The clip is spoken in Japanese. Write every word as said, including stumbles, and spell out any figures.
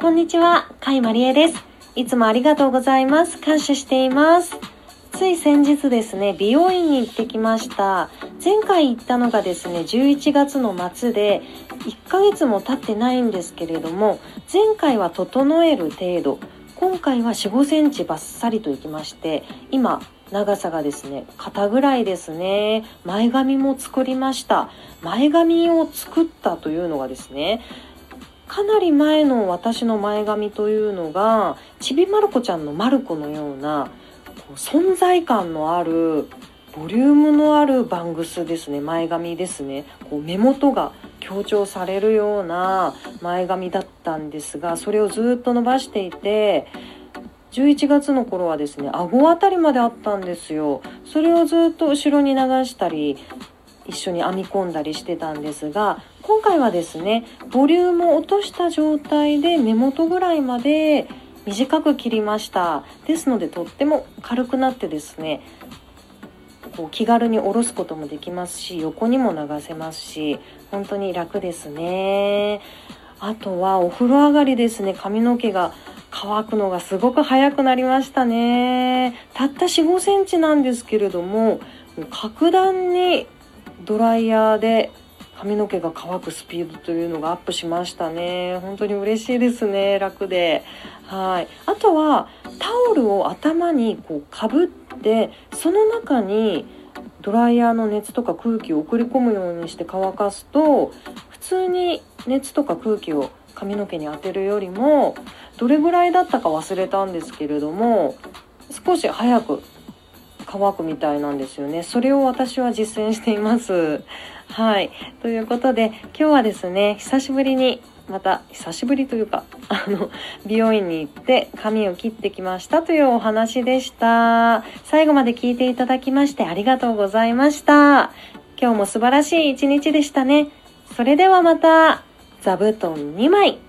こんにちは、甲斐まりえです。いつもありがとうございます。感謝しています。つい先日ですね、美容院に行ってきました。前回行ったのがですね、じゅういちがつの末でいっかげつも経ってないんですけれども、前回は整える程度、今回はよん、ごセンチバッサリと行きまして、今長さがですね、肩ぐらいですね。前髪も作りました。前髪を作ったというのがですね、かなり前の私の前髪というのがちびまる子ちゃんのまる子のようなこう存在感のあるボリュームのあるバングスですね。前髪ですね。こう目元が強調されるような前髪だったんですが、それをずっと伸ばしていて、じゅういちがつの頃はですね、顎あたりまであったんですよ。それをずっと後ろに流したり一緒に編み込んだりしてたんですが、今回はですね、ボリュームを落とした状態で目元ぐらいまで短く切りました。ですのでとっても軽くなってですね、こう気軽に下ろすこともできますし、横にも流せますし、本当に楽ですね。あとはお風呂上がりですね、髪の毛が乾くのがすごく早くなりましたね。たったよん、ごセンチなんですけれども、格段にドライヤーで髪の毛が乾くスピードというのがアップしましたね。本当に嬉しいですね。楽で。はい。あとはタオルを頭にこうかぶって、その中にドライヤーの熱とか空気を送り込むようにして乾かすと、普通に熱とか空気を髪の毛に当てるよりもどれぐらいだったか忘れたんですけれども、少し早く乾くみたいなんですよね。それを私は実践しています。はい。ということで、今日はですね、久しぶりに、また久しぶりというか、あの、美容院に行って髪を切ってきましたというお話でした。最後まで聞いていただきましてありがとうございました。今日も素晴らしい一日でしたね。それではまた、座布団にまい。